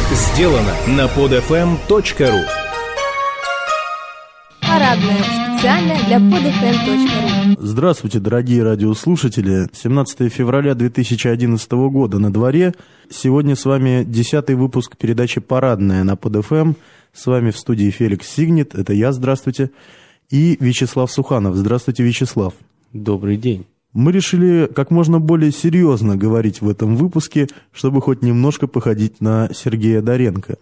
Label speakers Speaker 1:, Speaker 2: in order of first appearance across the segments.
Speaker 1: Сделано на podfm.ru.
Speaker 2: Парадная. Специально для podfm.ru.
Speaker 3: Здравствуйте, дорогие радиослушатели. 17 февраля 2011 года на дворе. Сегодня с вами 10-й выпуск передачи «Парадная» на PodFM. С вами в студии Феликс Сигнет, это я, здравствуйте, и Вячеслав Суханов. Здравствуйте, Вячеслав.
Speaker 4: Добрый день.
Speaker 3: Мы решили как можно более серьезно говорить в этом выпуске, чтобы хоть немножко походить на Сергея Доренко.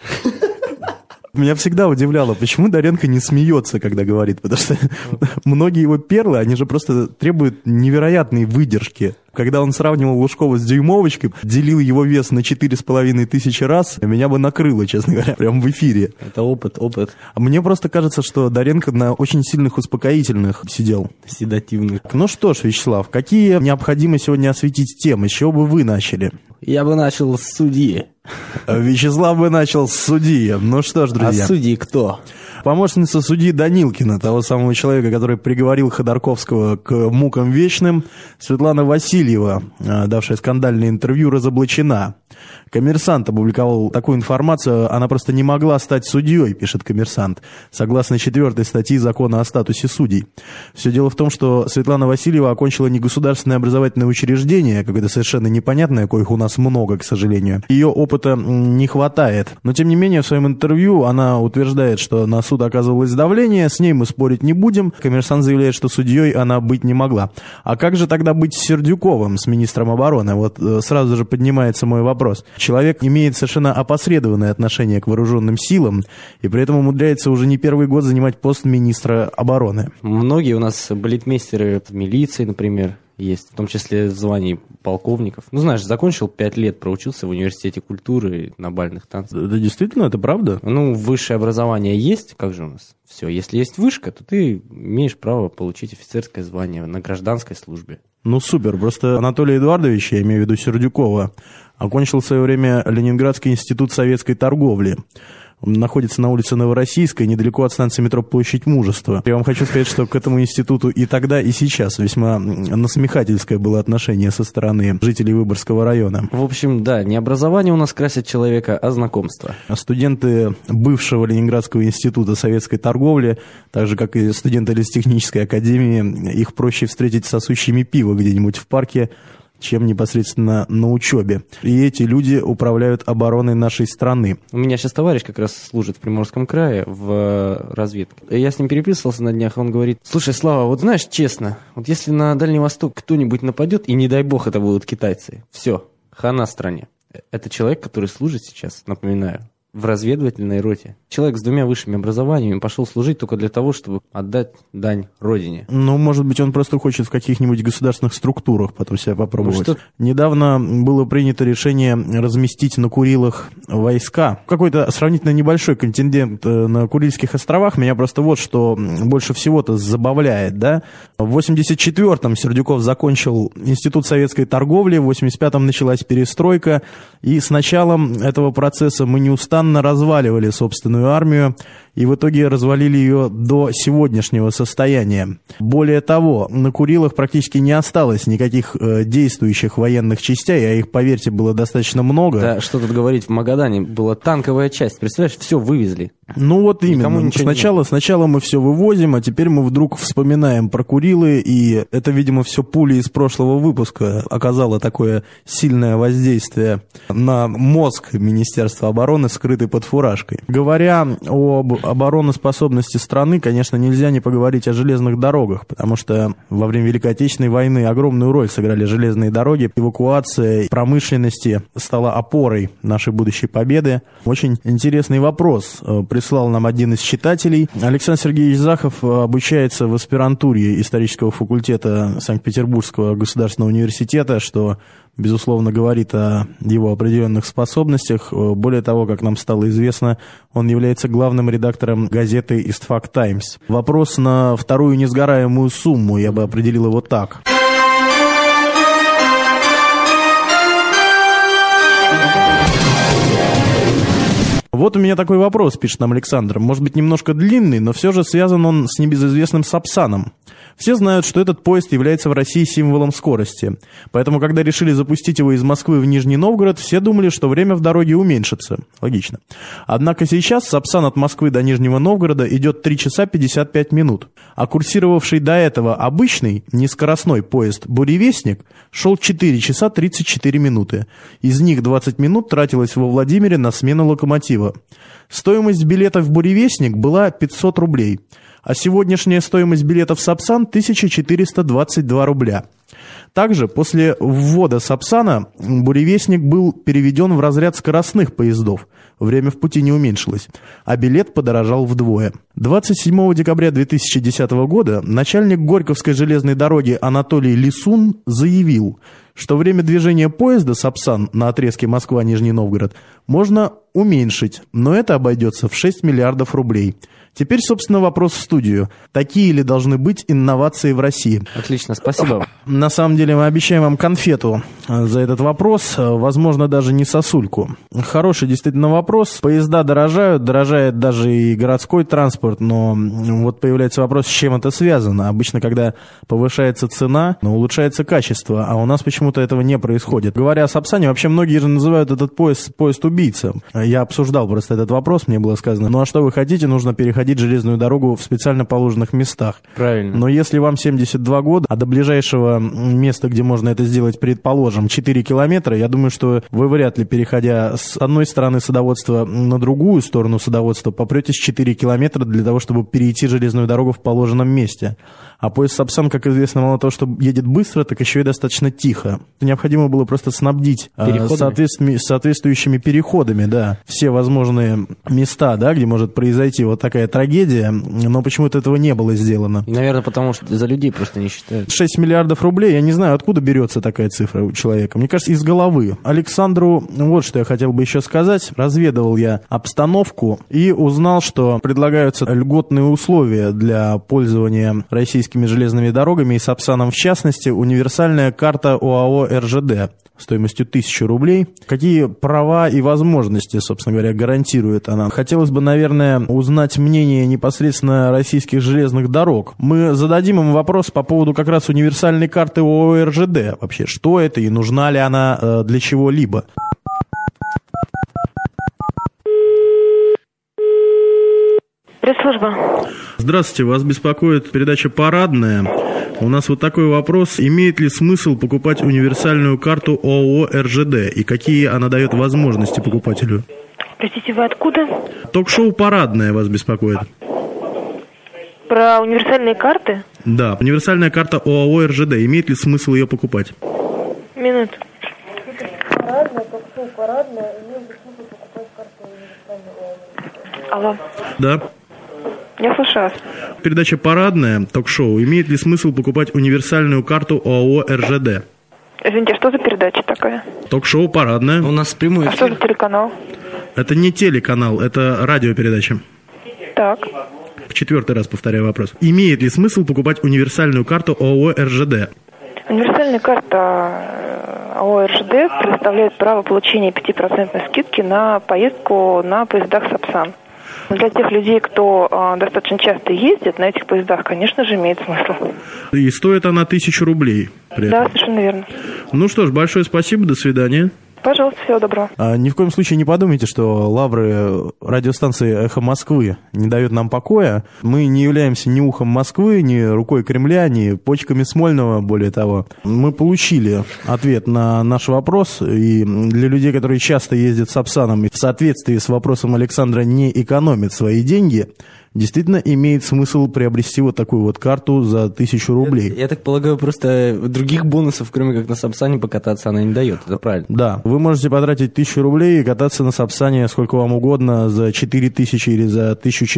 Speaker 3: Меня всегда удивляло, почему Доренко не смеется, когда говорит, потому что многие его перлы, они же просто требуют невероятной выдержки. Когда он сравнивал Лужкова с дюймовочкой, делил его вес на 4500 раз, меня бы накрыло, честно говоря, прям в эфире.
Speaker 4: Это опыт.
Speaker 3: А мне просто кажется, что Доренко на очень сильных успокоительных сидел.
Speaker 4: Седативных.
Speaker 3: Ну что ж, Вячеслав, какие необходимо сегодня осветить темы? С чего бы вы начали?
Speaker 4: Я бы начал с судьи.
Speaker 3: Вячеслав бы начал с судьи. Ну что ж, друзья.
Speaker 4: А судьи кто?
Speaker 3: Помощница судьи Данилкина, того самого человека, который приговорил Ходорковского к мукам вечным, Светлана Васильева, давшая скандальное интервью, разоблачена. «Коммерсант» опубликовал такую информацию, она просто не могла стать судьей, пишет «Коммерсант», согласно 4 статьи Закона о статусе судей. Все дело в том, что Светлана Васильева окончила негосударственное образовательное учреждение, какое-то совершенно непонятное, коих у нас много, к сожалению. Ее опыта не хватает. Но, тем не менее, в своем интервью она утверждает, что на суд оказывалось давление, с ней мы спорить не будем. «Коммерсант» заявляет, что судьей она быть не могла. А как же тогда быть с Сердюковым, с министром обороны? Вот сразу же поднимается мой вопрос. Человек имеет совершенно опосредованное отношение к вооруженным силам и при этом умудряется уже не первый год занимать пост министра обороны.
Speaker 4: Многие у нас балетмейстеры в милиции, например, есть, в том числе в звании полковников. Ну, знаешь, закончил 5 лет, проучился в университете культуры на бальных танцах.
Speaker 3: Да действительно, это правда?
Speaker 4: Ну, высшее образование есть, как же у нас? Все, если есть вышка, то ты имеешь право получить офицерское звание на гражданской службе.
Speaker 3: Ну, супер. Просто Анатолий Эдуардович, я имею в виду Сердюкова, окончил в свое время Ленинградский институт советской торговли. Он находится на улице Новороссийской, недалеко от станции метро Площадь Мужества. Я вам хочу сказать, что к этому институту и тогда, и сейчас весьма насмехательское было отношение со стороны жителей Выборгского района.
Speaker 4: В общем, да, не образование у нас красит человека, а знакомство.
Speaker 3: Студенты бывшего Ленинградского института советской торговли, так же, как и студенты лесотехнической академии, их проще встретить сосущими пиво где-нибудь в парке, чем непосредственно на учебе. И эти люди управляют обороной нашей страны.
Speaker 4: У меня сейчас товарищ как раз служит в Приморском крае в разведке. Я с ним переписывался на днях, он говорит: слушай, Слава, вот знаешь, честно, вот если на Дальний Восток кто-нибудь нападет, и не дай бог это будут китайцы, все, хана стране. Это человек, который служит сейчас, напоминаю, в разведывательной роте. Человек с 2 высшими образованиями пошел служить только для того, чтобы отдать дань родине.
Speaker 3: Ну, может быть, он просто хочет в каких-нибудь государственных структурах потом себя попробовать.
Speaker 4: Ну,
Speaker 3: недавно было принято решение разместить на Курилах войска. Какой-то сравнительно небольшой контингент на Курильских островах. Меня просто вот что больше всего-то забавляет, да. В 84-м Сердюков закончил Институт советской торговли, в 85-м началась перестройка, и с началом этого процесса мы неустанно разваливали собственную армию, и в итоге развалили ее до сегодняшнего состояния. Более того, на Курилах практически не осталось никаких действующих военных частей, а их, поверьте, было достаточно много.
Speaker 4: Да, что тут говорить, в Магадане была танковая часть, представляешь, все вывезли.
Speaker 3: Ну вот именно, сначала мы все вывозим, а теперь мы вдруг вспоминаем про Курилы, и это, видимо, все пули из прошлого выпуска оказало такое сильное воздействие на мозг Министерства обороны, скрытый под фуражкой. Говоря об обороноспособности страны, конечно, нельзя не поговорить о железных дорогах, потому что во время Великой Отечественной войны огромную роль сыграли железные дороги. Эвакуация промышленности стала опорой нашей будущей победы. Очень интересный вопрос прислал нам один из читателей. Александр Сергеевич Захов обучается в аспирантуре исторического факультета Санкт-Петербургского государственного университета, что, безусловно, говорит о его определенных способностях. Более того, как нам стало известно, он является главным редактором газеты «Истфак Таймс». Вопрос на вторую несгораемую сумму, я бы определил его так. Вот у меня такой вопрос, пишет нам Александр. Может быть, немножко длинный, но все же связан он с небезызвестным Сапсаном. Все знают, что этот поезд является в России символом скорости. Поэтому, когда решили запустить его из Москвы в Нижний Новгород, все думали, что время в дороге уменьшится. Логично. Однако сейчас Сапсан от Москвы до Нижнего Новгорода идет 3 часа 55 минут. А курсировавший до этого обычный, нескоростной поезд «Буревестник» шел 4 часа 34 минуты. Из них 20 минут тратилось во Владимире на смену локомотива. Стоимость билета в «Буревестник» была 500 рублей. А сегодняшняя стоимость билета в Сапсан – 1422 рубля. Также после ввода Сапсана «Буревестник» был переведен в разряд скоростных поездов. Время в пути не уменьшилось, а билет подорожал вдвое. 27 декабря 2010 года начальник Горьковской железной дороги Анатолий Лисун заявил, что время движения поезда «Сапсан» на отрезке Москва-Нижний Новгород можно уменьшить, но это обойдется в 6 миллиардов рублей. Теперь, собственно, вопрос в студию. Такие ли должны быть инновации в России?
Speaker 4: Отлично, спасибо.
Speaker 3: На самом деле мы обещаем вам конфету за этот вопрос, возможно, даже не сосульку. Хороший действительно вопрос. Поезда дорожают, дорожает даже и городской транспорт, но вот появляется вопрос, с чем это связано. Обычно, когда повышается цена, но улучшается качество, а у нас почему-то этого не происходит. Говоря о Сапсане, вообще многие же называют этот поезд-убийца. Я обсуждал просто этот вопрос, мне было сказано, ну а что вы хотите, нужно переходить железную дорогу в специально положенных местах.
Speaker 4: Правильно.
Speaker 3: Но если вам 72 года, а до ближайшего места, где можно это сделать, предположим, 4 километра, я думаю, что вы вряд ли, переходя с одной стороны садоводства на другую сторону садоводства, попретесь 4 километра для того, чтобы перейти железную дорогу в положенном месте. А поезд Сапсан, как известно, мало того, что едет быстро, так еще и достаточно тихо. Необходимо было просто снабдить соответствующими переходами, да, все возможные места, да, где может произойти вот такая трагедия, но почему-то этого не было сделано.
Speaker 4: Наверное, потому что за людей просто не считают.
Speaker 3: 6 миллиардов рублей, я не знаю, откуда берется такая цифра у человека. Мне кажется, из головы. Александру вот что я хотел бы еще сказать. Разведывал я обстановку и узнал, что предлагаются льготные условия для пользования российскими железными дорогами и Сапсаном в частности, универсальная карта ОАО РЖД стоимостью 1000 рублей. Какие права и возможности, собственно говоря, гарантирует она? Хотелось бы, наверное, узнать мнение непосредственно российских железных дорог. Мы зададим им вопрос по поводу как раз универсальной карты ОАО РЖД. Вообще, что это и нужна ли она для чего-либо?
Speaker 5: Пресс-служба.
Speaker 3: Здравствуйте, вас беспокоит передача «Парадная». У нас вот такой вопрос. Имеет ли смысл покупать универсальную карту ОАО РЖД? И какие она дает возможности покупателю?
Speaker 5: Простите, вы откуда?
Speaker 3: Ток-шоу «Парадная» вас беспокоит.
Speaker 5: Про универсальные карты?
Speaker 3: Да, универсальная карта ОАО РЖД. Имеет ли смысл ее покупать?
Speaker 5: Минуту.
Speaker 6: Парадная, ток-шоу «Парадная». Имеет ли смысл покупать карту универсальной ОАО?
Speaker 5: Алло.
Speaker 3: Да.
Speaker 5: Я слушаю вас.
Speaker 3: Передача «Парадная», ток-шоу. Имеет ли смысл покупать универсальную карту ОАО РЖД?
Speaker 5: Извините, а что за передача такая?
Speaker 3: Ток-шоу «Парадная».
Speaker 4: У нас прямой
Speaker 5: А что за телеканал?
Speaker 3: Это не телеканал, это радиопередача.
Speaker 5: Так.
Speaker 3: В 4-й раз повторяю вопрос. Имеет ли смысл покупать универсальную карту ОАО РЖД?
Speaker 5: Универсальная карта ОАО РЖД предоставляет право получения 5% скидки на поездку на поездах Сапсан. Для тех людей, кто достаточно часто ездит на этих поездах, конечно же, имеет смысл.
Speaker 3: И стоит она 1000 рублей.
Speaker 5: Да, совершенно верно.
Speaker 3: Ну что ж, большое спасибо, до свидания.
Speaker 5: Пожалуйста, всего доброго.
Speaker 3: Ни в коем случае не подумайте, что лавры радиостанции «Эхо Москвы» не дают нам покоя. Мы не являемся ни ухом Москвы, ни рукой Кремля, ни почками Смольного, более того. Мы получили ответ на наш вопрос, и для людей, которые часто ездят с Сапсаном и в соответствии с вопросом Александра не экономят свои деньги, действительно имеет смысл приобрести вот такую вот карту за 1000 рублей.
Speaker 4: Я так полагаю, просто других бонусов, кроме как на Сапсане покататься, она не дает, это правильно?
Speaker 3: Да, вы можете потратить 1000 рублей и кататься на Сапсане сколько вам угодно за 4000 или за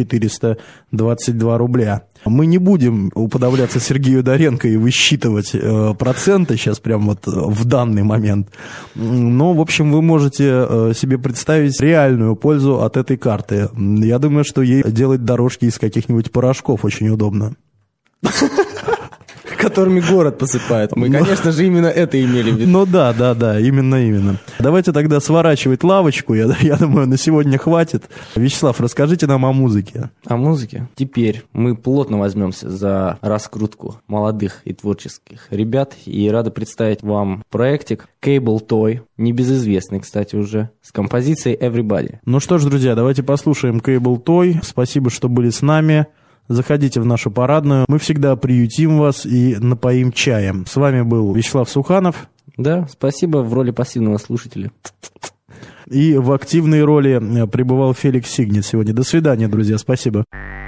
Speaker 3: 1422 рубля. Мы не будем уподобляться Сергею Доренко и высчитывать проценты сейчас прям вот в данный момент. Но, в общем, вы можете себе представить реальную пользу от этой карты. Я думаю, что ей делать дорожки из каких-нибудь порошков очень удобно.
Speaker 4: которыми город посыпают. Мы, конечно же, именно это имели в виду.
Speaker 3: Ну да, именно. Давайте тогда сворачивать лавочку, я думаю, на сегодня хватит. Вячеслав, расскажите нам о музыке.
Speaker 4: О музыке? Теперь мы плотно возьмемся за раскрутку молодых и творческих ребят, и рады представить вам проектик Cable Toy, небезызвестный, кстати, уже, с композицией Everybody.
Speaker 3: Ну что ж, друзья, давайте послушаем Cable Toy. Спасибо, что были с нами. Заходите в нашу парадную. Мы всегда приютим вас и напоим чаем. С вами был Вячеслав Суханов.
Speaker 4: Да, спасибо, в роли пассивного слушателя.
Speaker 3: И в активной роли пребывал Феликс Сигнет сегодня. До свидания, друзья, спасибо.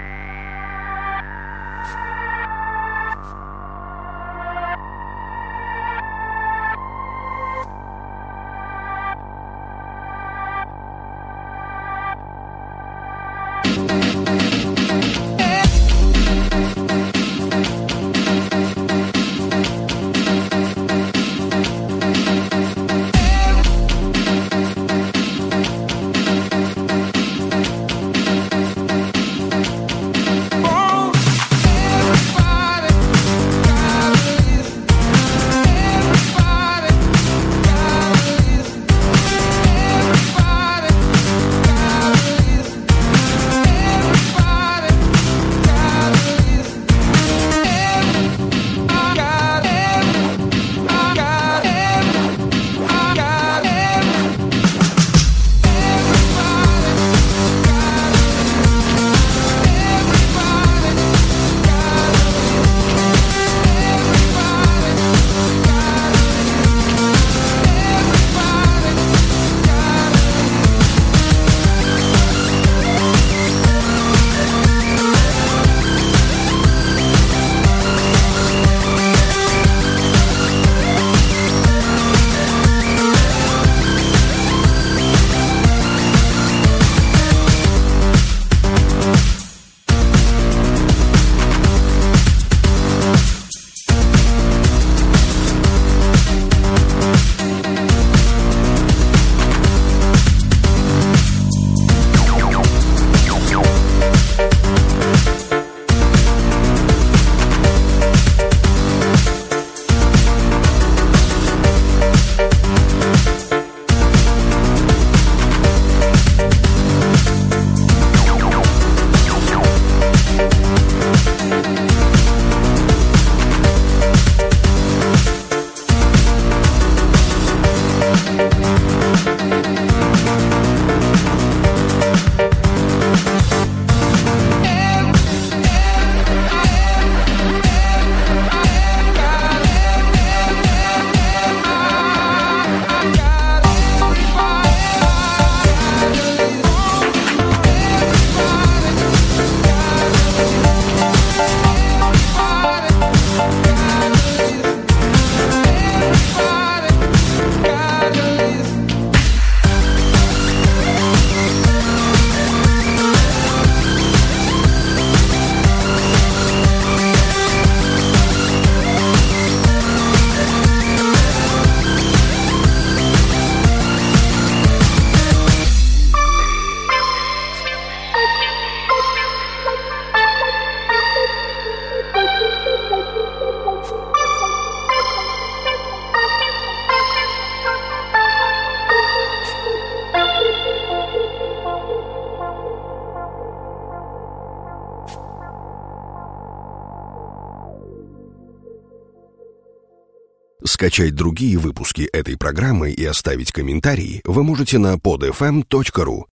Speaker 7: Скачать другие выпуски этой программы и оставить комментарии вы можете на podfm.ru.